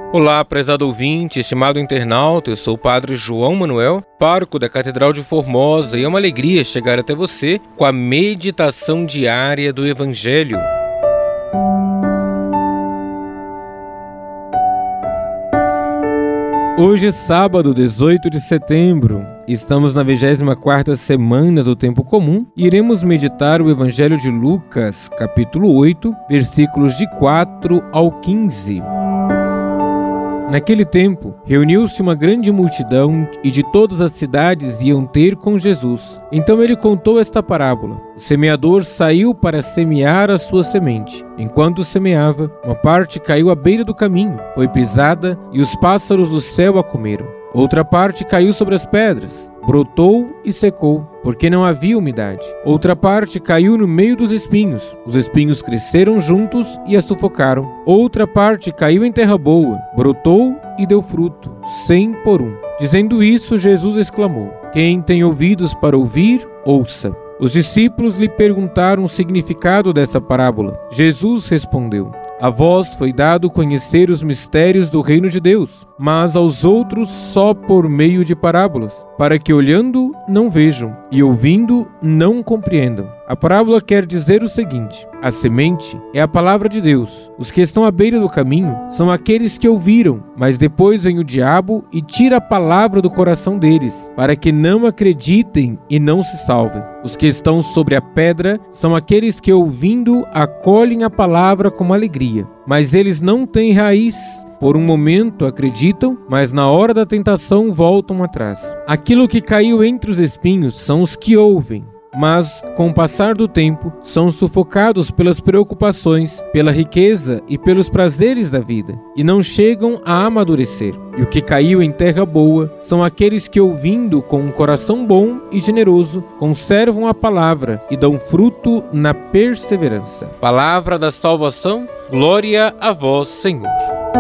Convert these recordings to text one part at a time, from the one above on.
Olá, prezado ouvinte, estimado internauta, eu sou o Padre João Manuel, pároco da Catedral de Formosa, e é uma alegria chegar até você com a meditação diária do Evangelho. Hoje é sábado, 18 de setembro. Estamos na 24ª semana do Tempo Comum e iremos meditar o Evangelho de Lucas, capítulo 8, versículos de 4 ao 15. Naquele tempo, reuniu-se uma grande multidão e de todas as cidades iam ter com Jesus. Então ele contou esta parábola. O semeador saiu para semear a sua semente. Enquanto semeava, uma parte caiu à beira do caminho, foi pisada e os pássaros do céu a comeram. Outra parte caiu sobre as pedras, brotou e secou, porque não havia umidade. Outra parte caiu no meio dos espinhos. Os espinhos cresceram juntos e a sufocaram. Outra parte caiu em terra boa, brotou e deu fruto, 100 por 1. Dizendo isso, Jesus exclamou: Quem tem ouvidos para ouvir, ouça. Os discípulos lhe perguntaram o significado dessa parábola. Jesus respondeu: A vós foi dado conhecer os mistérios do reino de Deus, mas aos outros só por meio de parábolas, para que olhando não vejam e ouvindo não compreendam. A parábola quer dizer o seguinte: a semente é a palavra de Deus. Os que estão à beira do caminho são aqueles que ouviram, mas depois vem o diabo e tira a palavra do coração deles, para que não acreditem e não se salvem. Os que estão sobre a pedra são aqueles que, ouvindo, acolhem a palavra com alegria, mas eles não têm raiz. Por um momento acreditam, mas na hora da tentação voltam atrás. Aquilo que caiu entre os espinhos são os que ouvem, mas, com o passar do tempo, são sufocados pelas preocupações, pela riqueza e pelos prazeres da vida, e não chegam a amadurecer. E o que caiu em terra boa são aqueles que, ouvindo com um coração bom e generoso, conservam a palavra e dão fruto na perseverança. Palavra da salvação, glória a vós, Senhor.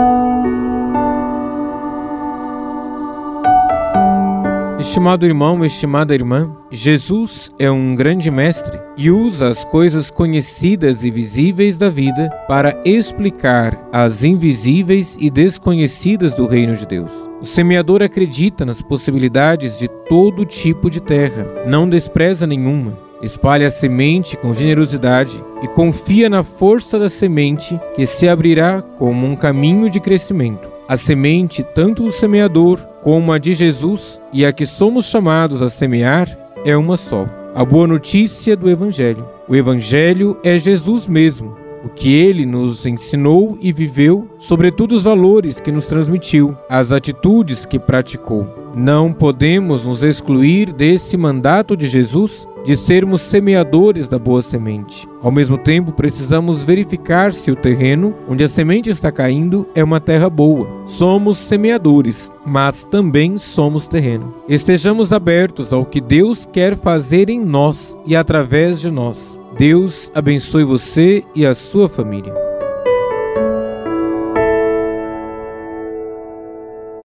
Estimado irmão, estimada irmã, Jesus é um grande mestre e usa as coisas conhecidas e visíveis da vida para explicar as invisíveis e desconhecidas do reino de Deus. O semeador acredita nas possibilidades de todo tipo de terra, não despreza nenhuma. Espalha a semente com generosidade e confia na força da semente que se abrirá como um caminho de crescimento. A semente, tanto do semeador como a de Jesus e a que somos chamados a semear, é uma só: a boa notícia do Evangelho. O Evangelho é Jesus mesmo, o que ele nos ensinou e viveu, sobretudo os valores que nos transmitiu, as atitudes que praticou. Não podemos nos excluir desse mandato de Jesus de sermos semeadores da boa semente. Ao mesmo tempo, precisamos verificar se o terreno onde a semente está caindo é uma terra boa. Somos semeadores, mas também somos terreno. Estejamos abertos ao que Deus quer fazer em nós e através de nós. Deus abençoe você e a sua família.